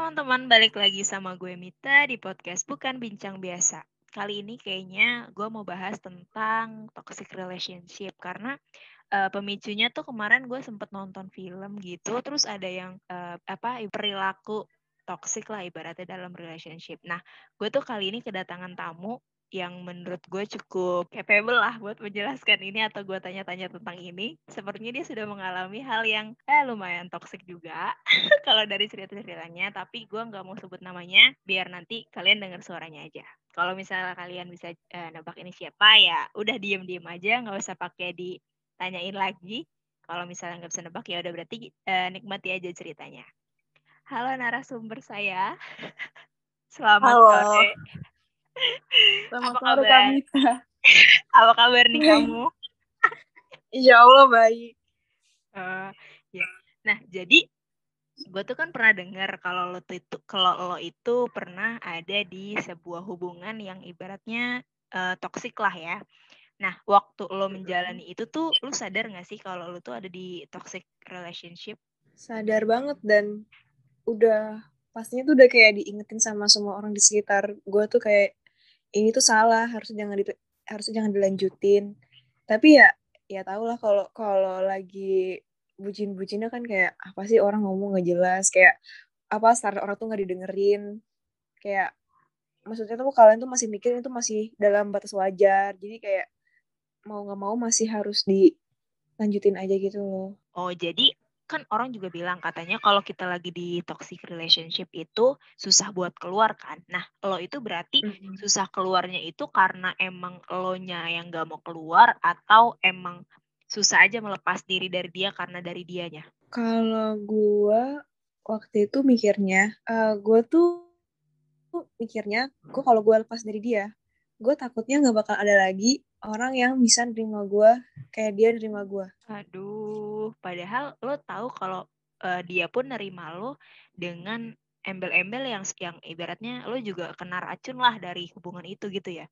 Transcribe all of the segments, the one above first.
teman-teman, balik lagi sama gue Mita di podcast Bukan Bincang Biasa. Kali ini kayaknya gue mau bahas tentang toxic relationship karena pemicunya tuh kemarin gue sempet nonton film gitu, terus ada yang perilaku toxic lah ibaratnya dalam relationship. Nah, gue tuh kali ini kedatangan tamu yang menurut gue cukup capable lah buat menjelaskan ini atau gue tanya-tanya tentang ini. Sepertinya dia sudah mengalami hal yang lumayan toxic juga kalau dari cerita-ceritanya, tapi gue nggak mau sebut namanya biar nanti kalian dengar suaranya aja. Kalau misalnya kalian bisa nebak ini siapa ya udah diem-diem aja, nggak usah pakai ditanyain lagi. Kalau misalnya nggak bisa nebak ya udah berarti nikmati aja ceritanya. Halo narasumber saya, selamat Halo, sore. selamat Apa sore kabar? Kak Mita. Apa kabar nih kamu? Insya Allah baik. Ya. Nah, jadi gue tuh kan pernah dengar kalau lo itu pernah ada di sebuah hubungan yang ibaratnya toksik lah ya. Nah, waktu lo menjalani itu tuh, lo sadar gak sih kalau lo tuh ada di toxic relationship? Sadar banget dan udah pastinya tuh udah kayak diingetin sama semua orang di sekitar gue tuh kayak ini tuh salah, harusnya jangan dilanjutin. Tapi ya tau lah kalau lagi bucin-bucinnya kan kayak apa sih orang ngomong nggak jelas, kayak apa saran orang tuh nggak didengerin, kayak maksudnya tuh kalian tuh masih mikir itu masih dalam batas wajar, jadi kayak mau nggak mau masih harus dilanjutin aja gitu loh. Oh, jadi kan orang juga bilang katanya kalau kita lagi di toxic relationship itu susah buat keluar kan. Nah, lo itu berarti susah keluarnya itu karena emang lo-nya yang gak mau keluar atau emang susah aja melepas diri dari dia karena dari dianya? Kalau gue waktu itu mikirnya, gue kalau gue lepas dari dia, gue takutnya nggak bakal ada lagi orang yang bisa nerima gue kayak dia nerima gue. Aduh, padahal lo tahu kalau dia pun nerima lo dengan embel-embel yang ibaratnya lo juga kena racun lah dari hubungan itu gitu ya.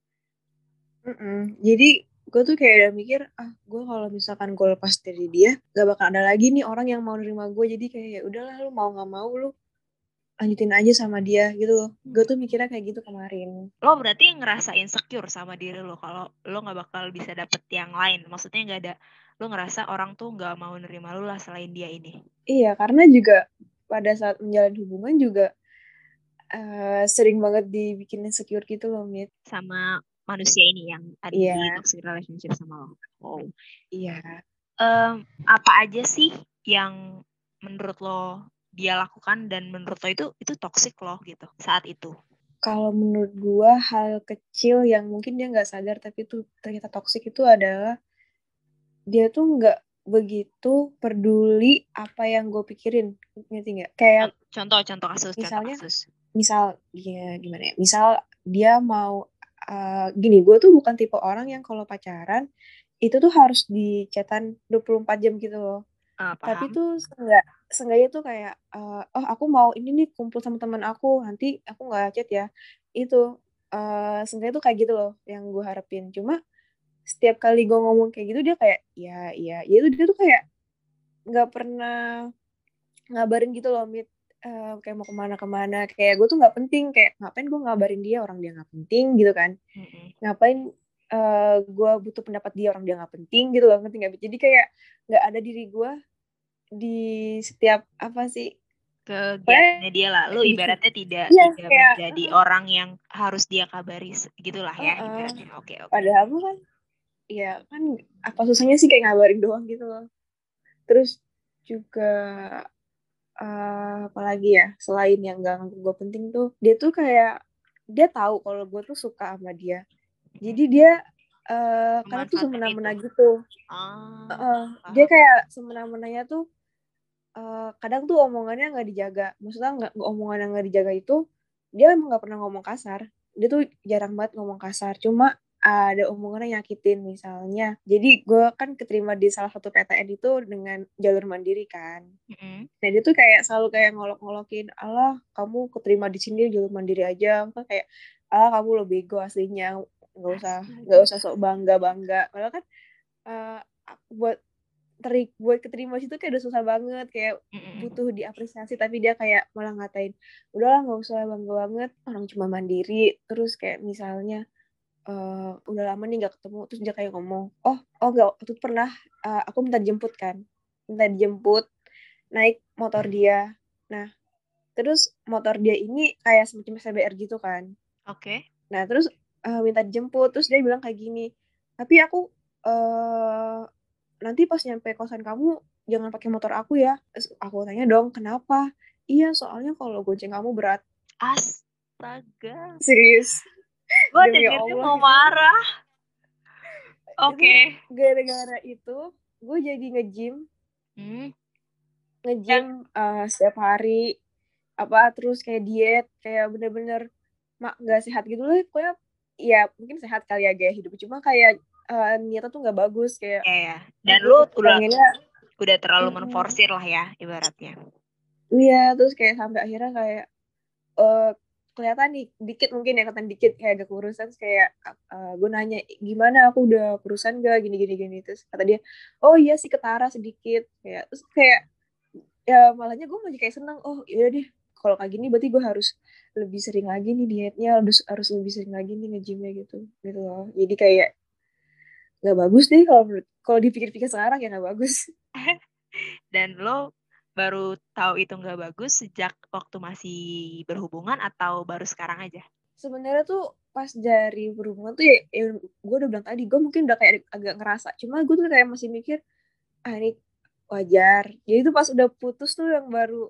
Jadi gue tuh kayak udah mikir, gue kalau misalkan gue lepas dari dia, gak bakal ada lagi nih orang yang mau nerima gue. Jadi kayak ya udahlah, lu mau nggak mau lu lanjutin aja sama dia gitu loh. Gue tuh mikirnya kayak gitu kemarin. Lo berarti ngerasa insecure sama diri lo kalau lo nggak bakal bisa dapet yang lain. Maksudnya nggak ada, lo ngerasa orang tuh nggak mau nerima lo lah selain dia ini. Iya, karena juga pada saat menjalin hubungan juga sering banget dibikin insecure gitu loh, Mit. Sama manusia ini yang ada Iya, di toxic relationship sama lo. Oh. iya. Apa aja sih yang menurut lo dia lakukan dan menurut lo itu toxic lo gitu saat itu? Kalau menurut gue hal kecil yang mungkin dia nggak sadar tapi itu ternyata toksik itu adalah dia tuh nggak begitu peduli apa yang gue pikirin, ngerti nggak? Kayak Contoh kasus. misal ya gimana ya? Misal dia mau gini, gue tuh bukan tipe orang yang kalau pacaran itu tuh harus di chatan 24 jam gitu loh. Tapi Paham? tuh seenggaknya tuh kayak oh aku mau ini nih kumpul sama teman aku, nanti aku nggak chat ya. Itu seenggaknya tuh kayak gitu loh yang gue harapin. Cuma setiap kali gue ngomong kayak gitu dia kayak ya iya ya itu dia tuh kayak nggak pernah ngabarin gitu loh, Mit. Kayak mau kemana-kemana, kayak gue tuh nggak penting, kayak ngapain gue ngabarin dia, orang dia nggak penting gitu kan. Ngapain gue butuh pendapat dia, orang dia nggak penting gitu loh, ngerti nggak? Jadi kayak nggak ada diri gue di setiap apa sih, Kegiatannya dia lah. Lu ibaratnya tidak iya kayak menjadi orang yang harus dia kabari gitulah ya ibaratnya. Oke. padahal gue kan ya kan apa susahnya sih kayak ngabarin doang gitu loh. Terus juga apalagi ya selain yang gak nganggep gue penting tuh dia tuh kayak dia tahu kalau gue tuh suka sama dia, jadi dia karena tuh Memanfaatkan semena-mena itu. gitu. Dia Paham. kayak semena-menanya tuh kadang tuh omongannya nggak dijaga, maksudnya nggak omongan yang nggak dijaga itu dia emang nggak pernah ngomong kasar, dia tuh jarang banget ngomong kasar, cuma ada omongan yang nyakitin misalnya. Jadi gue kan keterima di salah satu PTN itu dengan jalur mandiri kan. Nah dia tuh kayak selalu kayak ngolok-ngolokin, alah kamu keterima di sini jalur mandiri aja, kan kayak alah kamu lo bego aslinya, nggak usah sok bangga. Padahal kan buat trik buat keterima situ kayak udah susah banget, kayak butuh diapresiasi, tapi dia kayak malah ngatain, udahlah nggak usah bangga banget, orang cuma mandiri. Terus kayak misalnya udah lama nih nggak ketemu, terus dia kayak ngomong, oh nggak, waktu itu pernah aku minta dijemput naik motor dia. Nah terus motor dia ini kayak semacam SBR gitu kan. Oke. Nah terus minta dijemput, terus dia bilang kayak gini, tapi aku nanti pas nyampe kosan kamu jangan pakai motor aku ya. Terus aku tanya dong kenapa. Iya soalnya kalau gonceng kamu berat. Astaga. Serius. Gue Demi dengernya Allah mau itu marah. Oke. gara-gara itu gue jadi nge-gym setiap hari, terus kayak diet, kayak bener-bener nggak sehat gitu loh. Pokoknya ya mungkin sehat kali ya gaya hidup, cuma kayak niatnya tuh nggak bagus, kayak ya. Dan lu pengennya udah terlalu menforsir lah ya ibaratnya. iya. Terus kayak sampai akhirnya kayak kelihatan nih dikit, mungkin ya kelihatan dikit kayak agak kurusan. Terus kayak gue nanya gimana, aku udah kurusan gak gini. Terus kata dia, oh iya sih ketara sedikit. Kayak terus kayak ya malahnya gue masih kayak seneng, oh iya deh kalau kayak gini berarti gue harus lebih sering lagi nih dietnya, harus lebih sering lagi nih nge-gymnya gitu loh. Jadi kayak nggak bagus deh kalau dipikir-pikir sekarang, ya nggak bagus. Dan lo baru tahu itu nggak bagus sejak waktu masih berhubungan atau baru sekarang aja? Sebenarnya tuh pas dari berhubungan tuh ya gue udah bilang tadi, gue mungkin udah kayak agak ngerasa, cuma gue tuh kayak masih mikir ini wajar. Jadi tuh pas udah putus tuh yang baru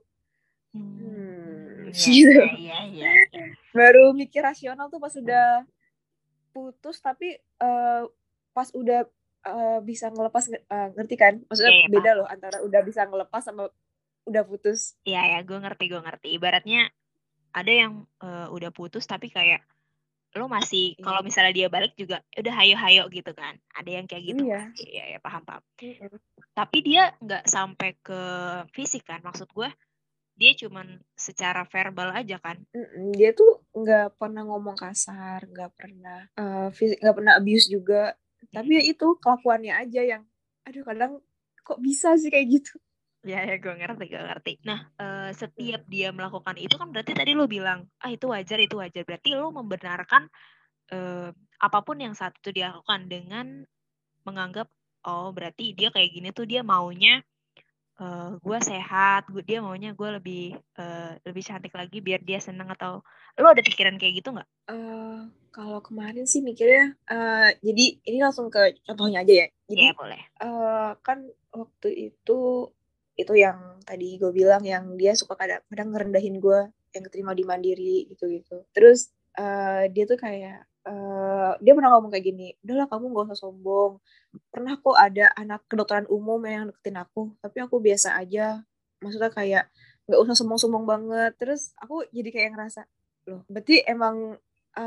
gitu. Iya. Baru mikir rasional tuh pas udah putus, tapi pas udah bisa ngelepas, ngerti kan? Maksudnya Ya, beda loh antara udah bisa ngelepas sama udah putus. Iya, gue ngerti. Ibaratnya ada yang udah putus tapi kayak lo masih, kalau misalnya dia balik juga udah hayo-hayo gitu kan. Ada yang kayak gitu. Iya. Iya, paham. Tapi dia nggak sampai ke fisik kan, maksud gue dia cuman secara verbal aja kan. Dia tuh nggak pernah ngomong kasar, nggak pernah fisik, nggak pernah abuse juga. Tapi ya itu kelakuannya aja yang aduh kadang kok bisa sih kayak gitu. Ya, gue ngerti. Nah, setiap dia melakukan itu kan berarti tadi lo bilang, itu wajar. Berarti lo membenarkan apapun yang saat itu dia lakukan dengan menganggap, oh berarti dia kayak gini tuh dia maunya gue sehat, dia maunya gue lebih cantik lagi biar dia seneng, atau lo ada pikiran kayak gitu nggak? Kalau kemarin sih mikirnya, jadi ini langsung ke contohnya aja ya. Jadi Ya, boleh. kan waktu itu yang tadi gue bilang, yang dia suka kadang ngerendahin gue, yang keterima di Mandiri gitu. Terus dia tuh kayak dia pernah ngomong kayak gini, udahlah kamu gak usah sombong, pernah kok ada anak kedokteran umum yang deketin aku, tapi aku biasa aja. Maksudnya kayak gak usah sombong-sombong banget. Terus aku jadi kayak ngerasa, loh berarti emang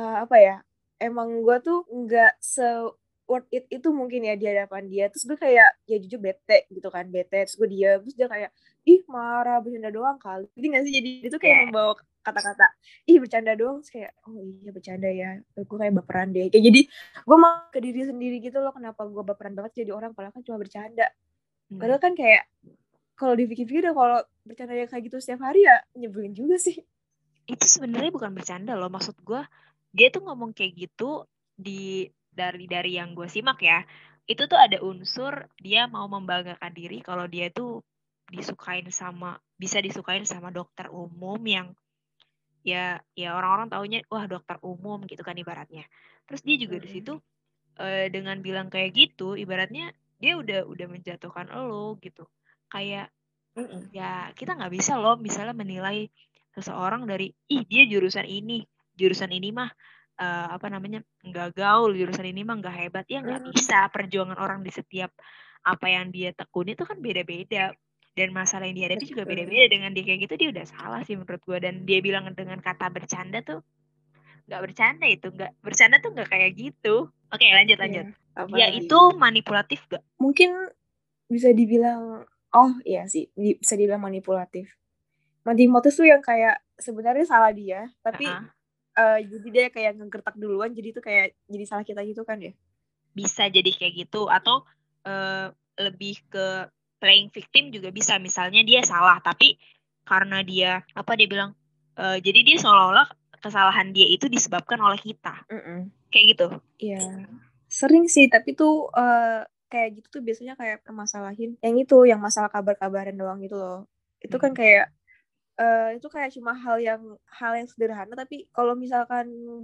emang gue tuh nggak se worth it itu mungkin ya di hadapan dia. Terus gue kayak ya jujur bete gitu kan, terus gue diam, terus dia kayak ih marah, bercanda doang kali, jadi nggak sih, jadi itu kayak membawa kata-kata ih bercanda doang. Terus kayak oh iya bercanda ya, gue kayak baperan deh, kayak jadi gue mau ke diri sendiri gitu loh, kenapa gue baperan banget jadi orang, padahal kan cuma bercanda. Padahal kan kayak kalau dipikir-pikir kalau bercanda kayak gitu setiap hari ya nyebelin juga sih. Itu sebenarnya bukan bercanda loh, maksud gue dia tuh ngomong kayak gitu dari yang gue simak ya, itu tuh ada unsur dia mau membanggakan diri kalau dia tuh bisa disukain sama dokter umum yang ya orang-orang taunya wah dokter umum gitu kan ibaratnya. Terus dia juga di situ dengan bilang kayak gitu ibaratnya dia udah menjatuhkan lo gitu. Kayak ya kita nggak bisa loh misalnya menilai seseorang dari dia jurusan ini mah nggak gaul, jurusan ini mah nggak hebat. Ya nggak bisa, perjuangan orang di setiap apa yang dia tekuni itu kan beda-beda, dan masalah yang dihadapi juga beda-beda. Dengan dia kayak gitu dia udah salah sih menurut gue. Dan dia bilang dengan kata bercanda tuh nggak bercanda, tuh nggak kayak gitu. Oke, lanjut. Dia itu manipulatif gak? Mungkin bisa dibilang iya sih, bisa dibilang manipulatif tuh yang kayak sebenarnya salah dia, tapi jadi dia kayak ngegertak duluan, jadi itu kayak jadi salah kita gitu kan ya. Bisa jadi kayak gitu, atau lebih ke playing victim juga bisa. Misalnya dia salah, tapi karena dia bilang, jadi dia seolah-olah kesalahan dia itu disebabkan oleh kita. Kayak gitu. Iya. Sering sih, tapi tuh kayak gitu tuh biasanya kayak permasalahin yang itu, yang masalah kabar-kabaran doang gitu loh. Itu kan kayak itu kayak cuma hal yang sederhana, tapi kalau misalkan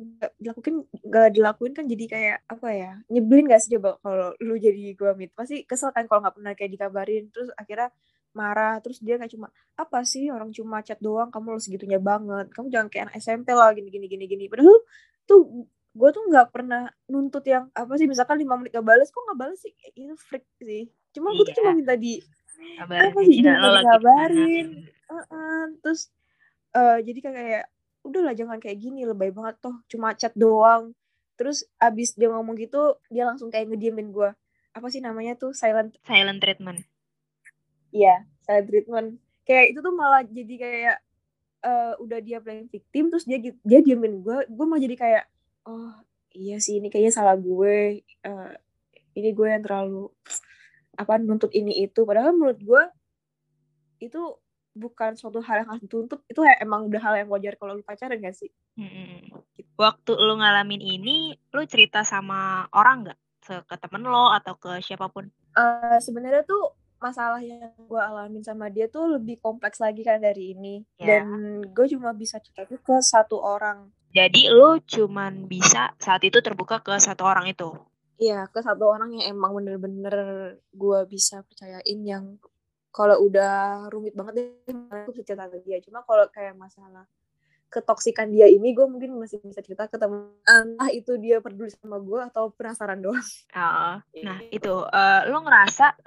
gak dilakuin kan jadi kayak apa ya, nyebelin gak sih coba kalau lu jadi gua Mit, pasti kesel kan kalau nggak pernah kayak dikabarin, terus akhirnya marah, terus dia kayak cuma apa sih, orang cuma chat doang kamu segitunya banget, kamu jangan kayak anak SMP lah gini, padahal tuh gue tuh nggak pernah nuntut yang apa sih, misalkan 5 menit gak bales, kok nggak bales sih, itu freak sih, cuma gue tuh cuma minta di kabarin apa sih, aja minta lo lagi di mana. dikabarin. Terus jadi kayak udahlah jangan kayak gini, lebay banget toh cuma chat doang. Terus abis dia ngomong gitu, dia langsung kayak ngediemin gue, apa sih namanya tuh, silent treatment. Iya, silent treatment. Kayak itu tuh malah jadi kayak udah dia playing victim, terus dia diemin gue mau jadi kayak, oh iya sih ini kayaknya salah gue, ini gue yang terlalu nuntut ini itu, padahal menurut gue itu bukan suatu hal yang harus dituntut, itu emang udah hal yang wajar kalau lu pacaran gak sih? Waktu lu ngalamin ini, lu cerita sama orang nggak? Ke temen lo atau ke siapapun? Sebenarnya tuh masalah yang gue alamin sama dia tuh lebih kompleks lagi kan dari ini, dan gue cuma bisa cerita tuh ke satu orang. Jadi lu cuman bisa saat itu terbuka ke satu orang itu? Iya, ke satu orang yang emang bener-bener gue bisa percayain, yang kalau udah rumit banget deh aku bisa cerita ke dia. Cuma kalau kayak masalah ketoksikan dia ini, gue mungkin masih bisa cerita ke temen, entah itu dia peduli sama gue atau penasaran doang. Nah itu lo ngerasa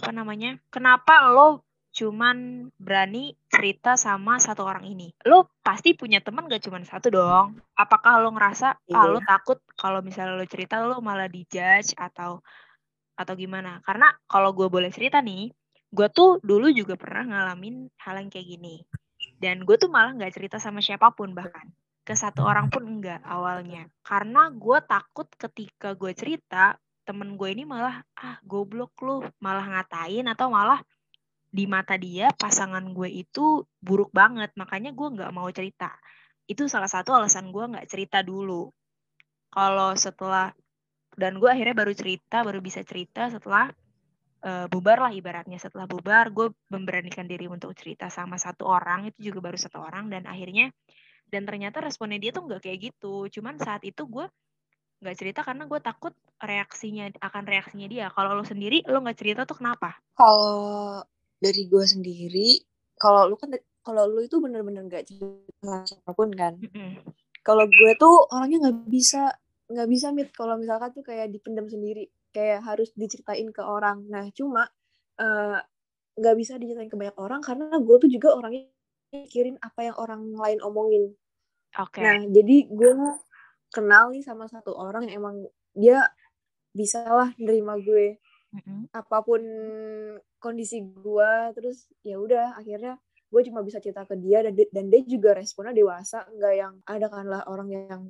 kenapa lo cuman berani cerita sama satu orang ini? Lo pasti punya teman gak cuman satu dong. Apakah lo ngerasa lo takut kalau misalnya lo cerita lo malah dijudge atau gimana? Karena kalau gue boleh cerita nih, gue tuh dulu juga pernah ngalamin hal yang kayak gini. Dan gue tuh malah gak cerita sama siapapun, bahkan ke satu orang pun enggak awalnya. Karena gue takut ketika gue cerita, temen gue ini malah, goblok lu, malah ngatain atau malah di mata dia pasangan gue itu buruk banget. Makanya gue gak mau cerita. Itu salah satu alasan gue gak cerita dulu. Kalau setelah, dan gue akhirnya baru bisa cerita setelah bubar lah ibaratnya. Setelah bubar gue memberanikan diri untuk cerita sama satu orang, itu juga baru satu orang, dan akhirnya ternyata responnya dia tuh nggak kayak gitu. Cuman saat itu gue nggak cerita karena gue takut reaksinya dia. Kalau lo sendiri lo nggak cerita tuh kenapa? Kalau dari gue sendiri, kalau lu itu bener-bener nggak cerita siapapun kan. Kalau gue tuh orangnya nggak bisa Mit, kalau misalkan tuh kayak dipendam sendiri, kayak harus diceritain ke orang. Nah cuma nggak bisa diceritain ke banyak orang karena gue tuh juga orangnya mikirin apa yang orang lain omongin. Nah jadi gue kenal nih sama satu orang yang emang dia bisa lah nerima gue apapun kondisi gue. Terus ya udah akhirnya gue cuma bisa cerita ke dia, dan dia juga responnya dewasa, nggak yang ada kan lah orang yang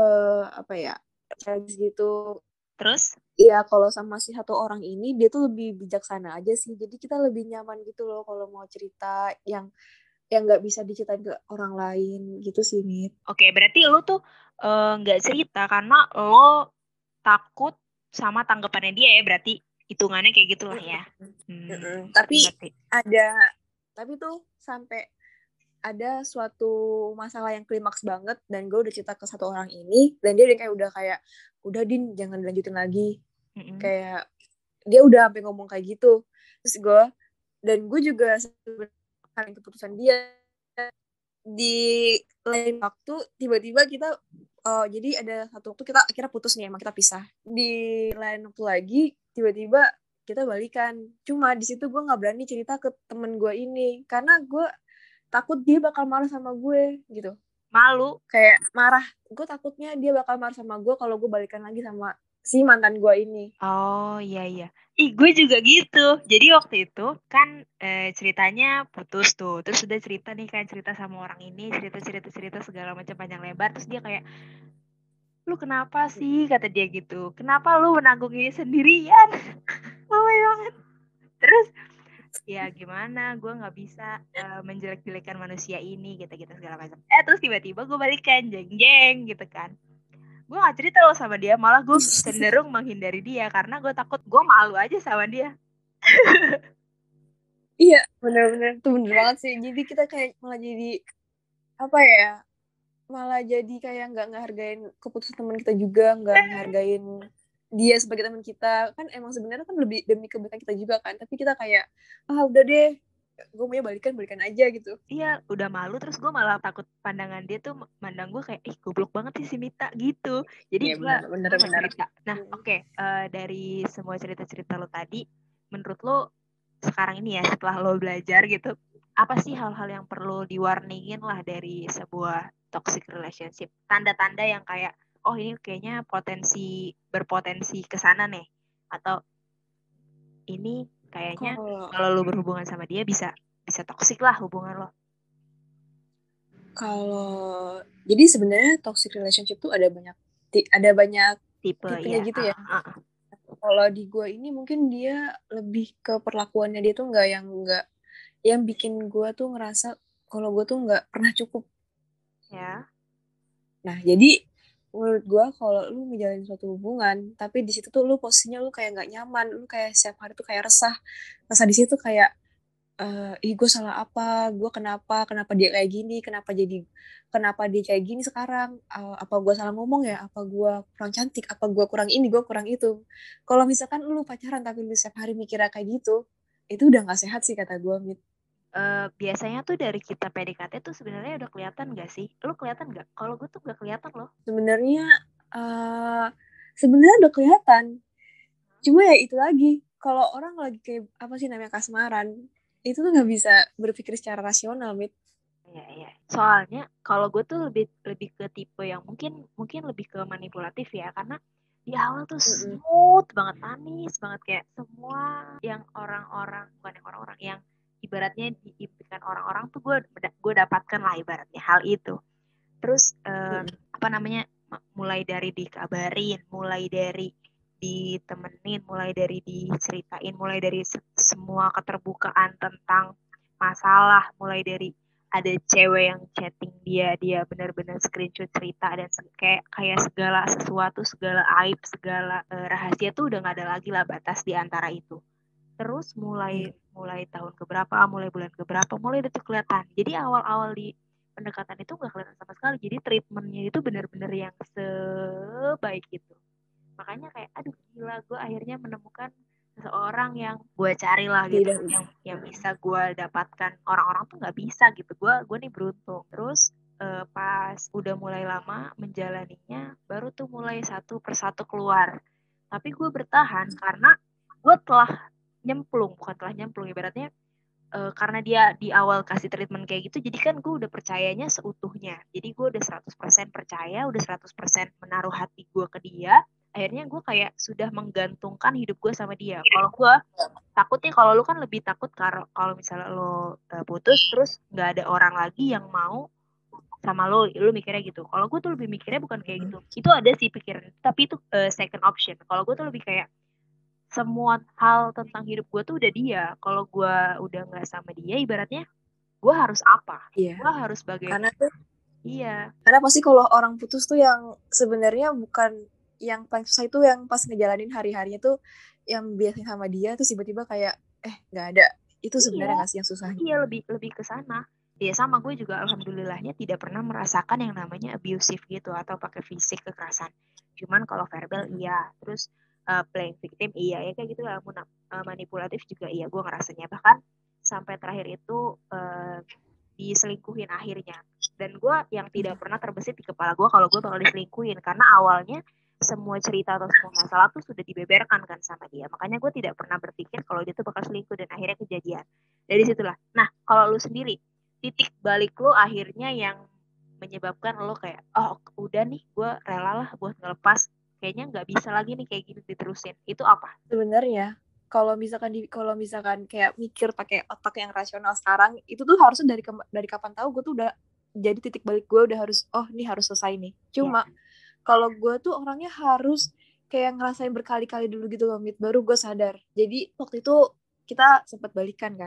gitu. Terus? Iya, kalau sama si satu orang ini dia tuh lebih bijaksana aja sih. Jadi kita lebih nyaman gitu loh kalau mau cerita yang nggak bisa diceritain ke orang lain gitu sih, Mit. Oke, berarti lo tuh nggak cerita karena lo takut sama tanggapannya dia ya, berarti hitungannya kayak gitulah ya. Tapi tuh sampai ada suatu masalah yang klimaks banget, dan gue udah cerita ke satu orang ini, dan dia udah kayak udah Din jangan lanjutin lagi. Kayak dia udah sampai ngomong kayak gitu. Terus gue juga sebenarnya keputusan dia. Di lain waktu tiba-tiba kita jadi ada satu waktu kita akhirnya putus nih, emang kita pisah. Di lain waktu lagi tiba-tiba kita balikan. Cuma di situ gue nggak berani cerita ke temen gue ini karena gue takut dia bakal marah sama gue gitu. Malu? Kayak marah. Gue takutnya dia bakal marah sama gue kalau gue balikan lagi sama si mantan gue ini. Oh iya. Gue juga gitu. Jadi waktu itu kan ceritanya putus tuh. Terus udah cerita nih kan, cerita sama orang ini, cerita segala macam panjang lebar. Terus dia kayak, lu kenapa sih, kata dia gitu. Kenapa lu menanggung ini sendirian? Lebay banget. ya gimana, gue nggak bisa menjelek-jelekan manusia ini gitu-gitu segala macam. Terus tiba-tiba gue balikan jeng-jeng gitu kan. Gue gak cerita loh sama dia, malah gue cenderung menghindari dia karena gue takut gue malu aja sama dia. Iya, bener-bener tuh, bener banget sih. Jadi kita kayak malah jadi apa ya, malah jadi kayak nggak ngehargain keputusan teman kita juga, nggak ngehargain dia sebagai teman kita. Kan emang sebenarnya kan lebih demi kebaikan kita juga kan, tapi kita kayak udah deh, gue maunya balikan aja gitu. Iya, udah malu, terus gue malah takut pandangan dia tuh mandang gue kayak goblok banget sih si Mita gitu. Jadi Iya, gue bener gak cerita. Nah oke, dari semua cerita-cerita lo tadi, menurut lo sekarang ini ya setelah lo belajar gitu, apa sih hal-hal yang perlu diwarningin lah dari sebuah toxic relationship? Tanda-tanda yang kayak, oh ini kayaknya berpotensi kesana nih, atau ini kayaknya kalau lo berhubungan sama dia bisa toxic lah hubungan lo. Kalau jadi sebenarnya toxic relationship tuh ada banyak tipenya Iya. gitu ya. Kalau di gue ini mungkin dia lebih ke perlakuannya dia tuh nggak yang bikin gue tuh ngerasa kalau gue tuh nggak pernah cukup. Ya. Nah jadi menurut gue kalau lu ngejalanin suatu hubungan tapi di situ tuh lu posisinya lu kayak nggak nyaman, lu kayak setiap hari tuh kayak resah di situ kayak gue salah apa, gue kenapa dia kayak gini, kenapa dia kayak gini sekarang, apa gue salah ngomong ya, apa gue kurang cantik, apa gue kurang ini, gue kurang itu. Kalau misalkan lu pacaran tapi lu setiap hari mikirnya kayak gitu, itu udah nggak sehat sih kata gue, Mit. Biasanya tuh dari kita PDKT tuh sebenarnya udah kelihatan gak sih? Lu kelihatan gak? Kalau gue tuh gak kelihatan loh. Sebenarnya udah kelihatan. Cuma ya itu lagi, kalau orang lagi kayak apa sih namanya kasmaran, itu tuh nggak bisa berpikir secara rasional, Mit. Iya. Soalnya kalau gue tuh lebih ke tipe yang mungkin lebih ke manipulatif ya, karena di awal tuh smooth banget, manis banget, kayak semua yang bukan yang orang-orang yang ibaratnya diimpikan orang-orang tuh gue dapatkan lah ibaratnya hal itu. Terus mulai dari dikabarin, mulai dari ditemenin, mulai dari diceritain, mulai dari semua keterbukaan tentang masalah, mulai dari ada cewek yang chatting dia benar-benar screenshot cerita dan kayak segala sesuatu, segala aib, segala rahasia tuh udah gak ada lagi lah batas di antara itu. Terus mulai tahun keberapa, mulai bulan keberapa, mulai udah tuh kelihatan. Jadi awal-awal di pendekatan itu gak kelihatan sama sekali. Jadi treatmentnya itu benar-benar yang sebaik itu. Makanya kayak aduh gila, gue akhirnya menemukan seseorang yang gue cari lah gitu, yang bisa gue dapatkan. Orang-orang tuh nggak bisa gitu. Gue nih beruntung. Terus pas udah mulai lama menjalaninya, baru tuh mulai satu persatu keluar. Tapi gue bertahan karena gue bukan telah nyemplung ibaratnya, karena dia di awal kasih treatment kayak gitu, jadi kan gue udah percayanya seutuhnya. Jadi gue udah 100% percaya, udah 100% menaruh hati gue ke dia. Akhirnya gue kayak sudah menggantungkan hidup gue sama dia. Kalau gue takutnya, kalau lu kan lebih takut kalau misalnya lo putus terus nggak ada orang lagi yang mau sama lo mikirnya gitu. Kalau gue tuh lebih mikirnya bukan kayak gitu. Itu ada sih pikiran, tapi itu second option. Kalau gue tuh lebih kayak semua hal tentang hidup gue tuh udah dia. Kalau gue udah nggak sama dia, ibaratnya gue harus apa? Iya. Gue harus bagaimana? Iya. Karena pasti kalau orang putus tuh yang sebenarnya bukan yang paling susah itu yang pas ngejalanin hari-harinya tuh yang biasanya sama dia tuh tiba-tiba kayak nggak ada. Itu sebenarnya nggak sih yang susahnya? Iya, lebih ke sana. Ya sama, gue juga alhamdulillahnya tidak pernah merasakan yang namanya abusive gitu atau pakai fisik kekerasan. Cuman kalau verbal iya, terus playing victim iya ya kayak gitu lah. Manipulatif juga iya, gue ngerasanya. Bahkan sampai terakhir itu diselingkuhin akhirnya. Dan gue yang tidak pernah terbesit di kepala gue kalau gue bakal diselingkuhin, karena awalnya semua cerita atau semua masalah tuh sudah dibeberkan kan sama dia. Makanya gue tidak pernah berpikir kalau dia tuh bakal selingkuh, dan akhirnya kejadian. Dari situlah. Nah, kalau lu sendiri, titik balik lu akhirnya yang menyebabkan lo kayak, oh udah nih gue rela lah buat ngelepas, kayaknya nggak bisa lagi nih kayak gini diterusin. Itu apa? Sebenarnya kalau misalkan kayak mikir pakai otak yang rasional sekarang, itu tuh harusnya dari kapan tahu gue tuh udah jadi titik balik gue udah harus ini harus selesai nih. Cuma kalau gue tuh orangnya harus kayak ngerasain berkali-kali dulu gitu loh, Mit, baru gue sadar. Jadi waktu itu kita sempat balikan kan.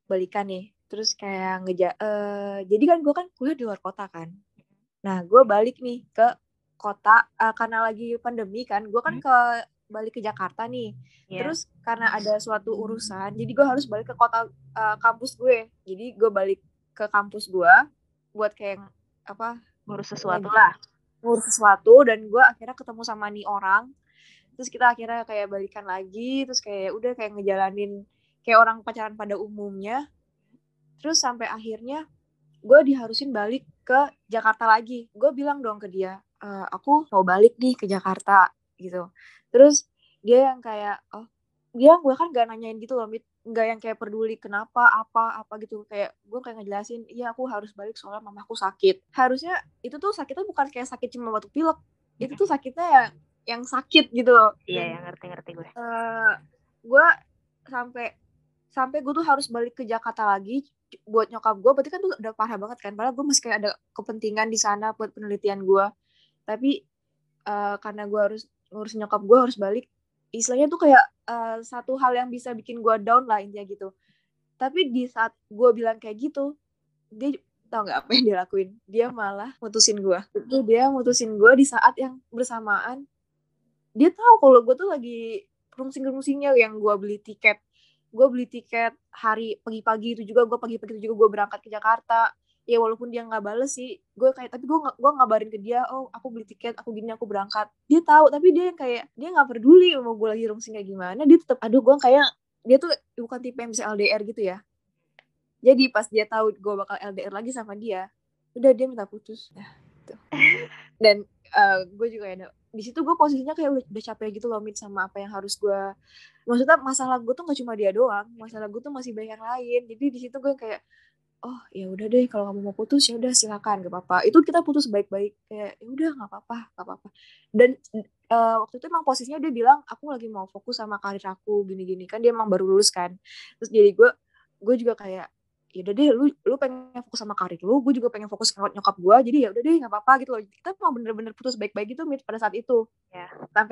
balikan nih. Terus kayak jadi kan gue kan kuliah di luar kota kan. Nah, gue balik nih ke kota karena lagi pandemi kan. Gue kan balik ke Jakarta nih. Yeah. Terus karena ada suatu urusan, jadi gue harus balik ke kota kampus gue. Jadi gue balik ke kampus gue buat kayak apa? Ngurus sesuatu lah. Ngurus sesuatu, dan gue akhirnya ketemu sama nih orang. Terus kita akhirnya kayak balikan lagi, terus kayak udah kayak ngejalanin kayak orang pacaran pada umumnya. Terus sampai akhirnya gue diharusin balik ke Jakarta lagi. Gue bilang dong ke dia, aku mau balik nih ke Jakarta gitu. Terus dia yang kayak, dia gue kan gak nanyain gitu loh, nggak yang kayak peduli kenapa apa gitu. Kayak gue kayak ngejelasin, iya aku harus balik soalnya mamaku sakit. Harusnya itu tuh sakitnya bukan kayak sakit cuma batuk pilek, itu tuh sakitnya yang sakit gitu loh. Iya, yang ngerti gue. Gue sampai gue tuh harus balik ke Jakarta lagi buat nyokap gue, berarti kan tuh udah parah banget kan, padahal gue masih kayak ada kepentingan di sana buat penelitian gue. Tapi karena gue harus ngurus nyokap, gue harus balik, istilahnya tuh kayak satu hal yang bisa bikin gue down lah intinya gitu. Tapi di saat gue bilang kayak gitu, dia tau nggak apa yang dia lakuin? Dia malah mutusin gue. Itu dia mutusin gue di saat yang bersamaan dia tahu kalau gue tuh lagi rungsing-rungsingnya yang gue beli tiket hari pagi-pagi itu juga, gue berangkat ke Jakarta. Ya walaupun dia nggak bales sih, gue kayak, tapi gue ngabarin ke dia, oh aku beli tiket, aku gini, aku berangkat. Dia tahu, tapi dia yang kayak dia nggak peduli mau gue lagi rungsing kayak gimana. Dia tetap, aduh, gue kayak dia tuh bukan tipe yang bisa LDR gitu ya. Jadi pas dia tahu gue bakal LDR lagi sama dia, udah dia minta putus. Nah, tuh. Dan gue juga ya, di situ gue posisinya kayak udah capek gitu loh, sama apa yang harus gue, maksudnya masalah gue tuh nggak cuma dia doang, masalah gue tuh masih banyak yang lain. Jadi di situ gue kayak, oh ya udah deh, kalau kamu mau putus ya udah silakan, gak apa-apa. Itu kita putus baik-baik, kayak ya udah nggak apa-apa. Dan waktu itu emang posisinya dia bilang aku lagi mau fokus sama karir aku gini-gini kan, dia emang baru lulus kan. Terus jadi gue juga kayak, ya udah deh, lu pengen fokus sama karir lu, gue juga pengen fokus ke nyokap gue, jadi ya udah deh nggak apa-apa gitu loh. Kita emang bener-bener putus baik-baik gitu pada saat itu. Yeah.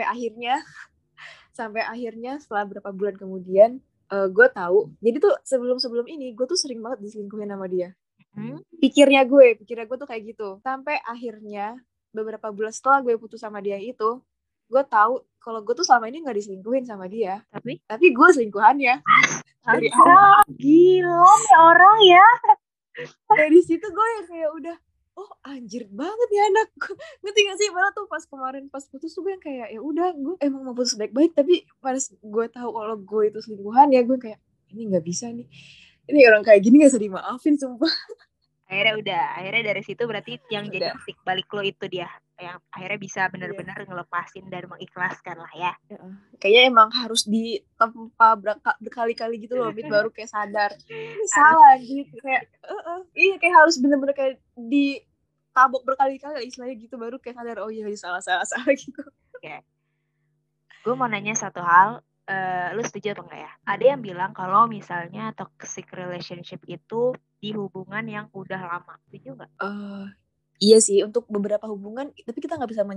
Sampai akhirnya setelah berapa bulan kemudian gue tahu, jadi tuh sebelum ini gue tuh sering banget diselingkuhin sama dia. Pikirnya gue tuh kayak gitu. Sampai akhirnya beberapa bulan setelah gue putus sama dia itu, gue tahu kalau gue tuh selama ini nggak diselingkuhin sama dia, tapi gue selingkuhannya dari awal. Gila nih orang ya. Dari situ gue yang kayak udah, oh anjir banget ya anak. Ngerti gak sih, malah tuh pas kemarin pas putus tuh gue yang kayak, ya udah gue emang mau putus baik-baik, tapi pas gue tahu kalau gue itu selingkuhan, ya gue kayak, ini nggak bisa nih, ini orang kayak gini nggak usah dimaafin sumpah. Akhirnya dari situ berarti yang Udah. jadi titik balik lo itu dia, yang akhirnya bisa benar-benar ngelepasin dan mengikhlaskan lah ya. Kayaknya emang harus ditempa berkali-kali gitu loh, baru kayak sadar ini salah gitu, kayak iya, kayak harus bener-bener kayak ditabok berkali-kali istilahnya gitu, baru kayak sadar, oh iya salah gitu. Okay. Gue mau nanya satu hal, lu setuju apa enggak ya? Ada yang bilang kalau misalnya toxic relationship itu di hubungan yang udah lama, setuju nggak? Iya sih, untuk beberapa hubungan, tapi kita nggak bisa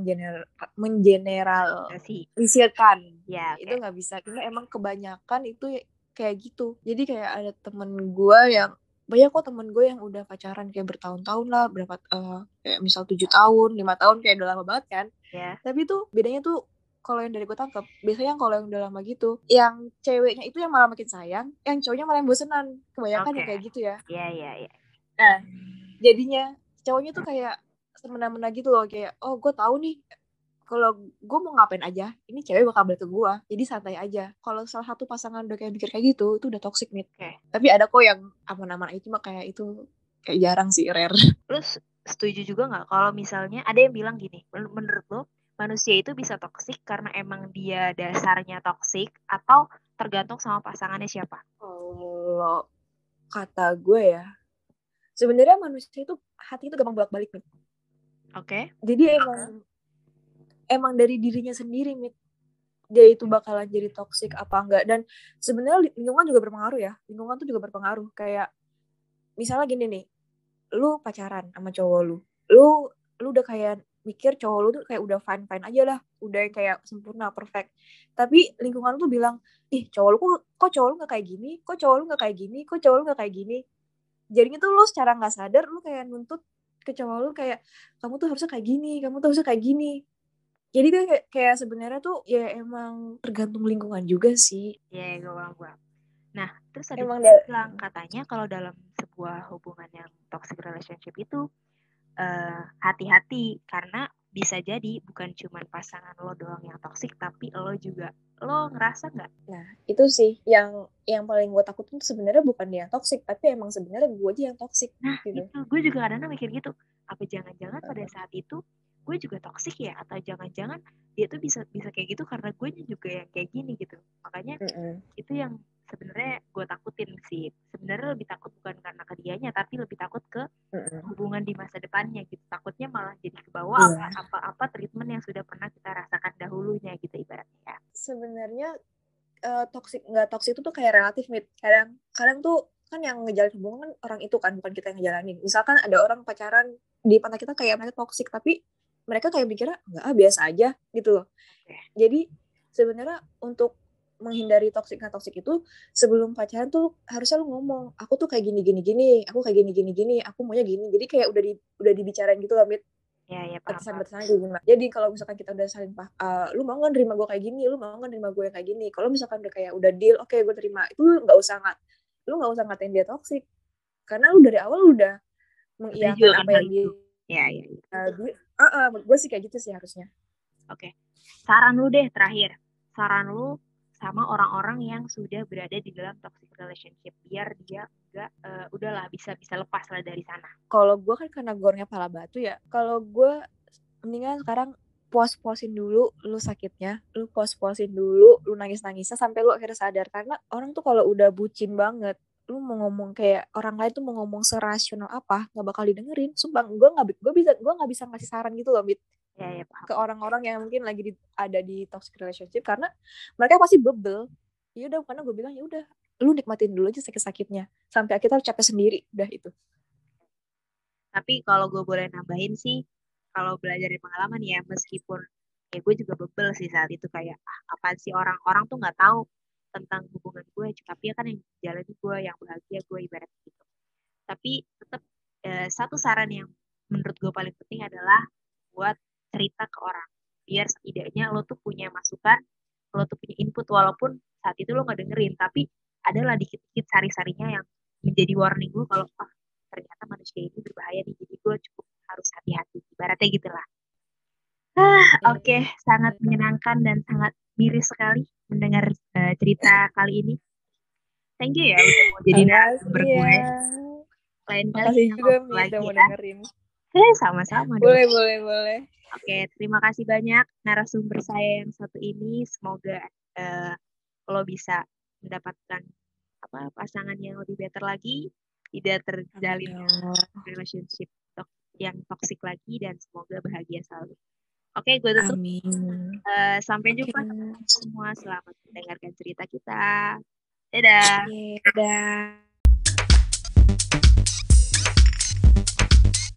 mengeneralisirkan. Ya, Itu nggak bisa, karena emang kebanyakan itu kayak gitu. Jadi kayak ada temen gue yang, banyak kok temen gue yang udah pacaran kayak bertahun-tahun lah, kayak misal 7 tahun, 5 tahun, kayak udah lama banget kan. Yeah. Tapi tuh bedanya tuh, kalau yang dari gue tangkap, biasanya kalau yang udah lama gitu, yang ceweknya itu yang malah makin sayang, yang cowoknya malah yang bosenan. Kebanyakan yang kayak gitu ya. Iya. Nah, jadinya cowoknya tuh kayak semena-mena gitu loh, kayak, oh gue tahu nih kalau gue mau ngapain aja, ini cewek bakal balik ke gue, jadi santai aja. Kalau salah satu pasangan udah kayak mikir kayak gitu, itu udah toxic nih. Tapi ada kok yang aman-aman itu mah, kayak itu kayak jarang sih, rare. Terus setuju juga nggak kalau misalnya ada yang bilang gini, menurut lo manusia itu bisa toxic karena emang dia dasarnya toxic, atau tergantung sama pasangannya siapa? Kalau kata gue ya, sebenarnya manusia itu hati itu gampang bolak-balik nih. Oke. Jadi emang dari dirinya sendiri nih, dia itu bakalan jadi toksik apa enggak. Dan sebenarnya lingkungan juga berpengaruh ya. Lingkungan tuh juga berpengaruh. Kayak misalnya gini nih, lu pacaran sama cowok lu udah kayak mikir cowok lu tuh kayak udah fine aja lah, udah yang kayak sempurna, perfect. Tapi lingkungan lu tuh bilang, ih cowok lu kok cowok lu nggak kayak gini, kok cowok lu nggak kayak gini, kok cowok lu nggak kayak gini. Jadinya tuh lu secara nggak sadar lu kayak nuntut ke cowok lu kayak kamu tuh harusnya kayak gini, kamu tuh harusnya kayak gini. Jadi tuh kayak sebenarnya tuh ya emang tergantung lingkungan juga sih. Ya, gue bilang. Nah, terus ada Emang juga yang bilang katanya kalau dalam sebuah hubungan yang toxic relationship itu hati-hati karena bisa jadi bukan cuma pasangan lo doang yang toxic, tapi lo juga. Lo ngerasa nggak? Nah, itu sih yang paling gue takutin tuh sebenarnya bukan dia yang toxic, tapi emang sebenarnya gue aja yang toxic Nah, gitu. itu gue juga kadang-kadang mikir gitu. Apa jangan-jangan pada saat itu gue juga toxic ya? Atau jangan-jangan dia tuh bisa kayak gitu karena gue juga yang kayak gini gitu. Makanya itu yang sebenarnya gue takutin sih. Sebenarnya lebih takut bukan karena ke dianya, tapi lebih takut ke hubungan di masa depannya gitu. Takutnya malah jadi ke bawah apa-apa treatment yang sudah pernah kita rasakan dahulunya gitu ibaratnya ya. Sebenarnya toxic nggak toxic itu tuh kayak relatif, Mit. Kadang tuh kan yang ngejalin hubungan kan orang itu kan, bukan kita yang ngejalanin. Misalkan ada orang pacaran di mata kita kayak mereka toxic, tapi mereka kayak mikirnya nggak, biasa aja gitu loh. Okay. Jadi sebenarnya untuk menghindari toxic itu sebelum pacaran tuh harusnya lu ngomong, aku tuh kayak gini, aku kayak gini, aku maunya gini. Jadi kayak udah dibicarain gitu loh, Mit. Ya, paham. Batasan-batasan kayak gimana. Jadi kalau misalkan kita udah saling lu mau nggak nerima gue kayak gini, lu mau nggak nerima gue yang kayak gini. Kalau misalkan udah kayak udah deal, oke, gue terima. Itu lu nggak usah ngatain dia toxic, karena lu dari awal udah mengiyakan apa yang dia. Gue sih kayak gitu sih harusnya. Oke. Saran lu deh terakhir. Saran lu sama orang-orang yang sudah berada di dalam toxic relationship biar dia enggak udahlah bisa lepas lah dari sana. Kalau gue kan karena gornya pala batu ya. Kalau gue mendingan sekarang puas-puasin dulu lu sakitnya, lu puas-puasin dulu lu nangis-nangisnya sampai lu akhirnya sadar. Karena orang tuh kalau udah bucin banget, lu mau ngomong kayak orang lain tuh mau ngomong serasional apa nggak bakal didengerin. Sumpah gue nggak bisa ngasih saran gitu loh, Bit. Ya, paham. Ke orang-orang yang mungkin lagi ada di toxic relationship karena mereka pasti bebel. Ya udah, karena gue bilang ya udah lu nikmatin dulu aja sakit-sakitnya sampai akhirnya capek sendiri, udah itu. Tapi kalau gue boleh nambahin sih, kalau belajar dari pengalaman ya, meskipun ya gue juga bebel sih saat itu kayak apaan sih orang-orang tuh nggak tahu tentang hubungan gue, tapi ya kan yang jalani gue, yang bahagia gue ibarat gitu. Tapi tetap satu saran yang menurut gue paling penting adalah buat cerita ke orang. Biar setidaknya lo tuh punya masukan, lo tuh punya input walaupun saat itu lo nggak dengerin, tapi adalah dikit-dikit sari-sarinya yang menjadi warning lo kalau ternyata manusia ini berbahaya nih, jadi gue cukup harus hati-hati. Ibaratnya gitulah. Oke. Sangat menyenangkan dan sangat miris sekali mendengar cerita kali ini. Thank you ya udah mau jadi narasumber gue. Lain kali makasih kita juga ngobrol Mi lagi udah mau ya. dengerin. Sama-sama dong. Boleh. Oke, terima kasih banyak narasumber saya yang satu ini. Semoga lo bisa mendapatkan pasangan yang lebih better lagi, tidak terjalin relationship yang toxic lagi, dan semoga bahagia selalu. Oke, gue tutup. Amin. Sampai jumpa semua. Selamat mendengarkan cerita kita. Dadah. Dadah.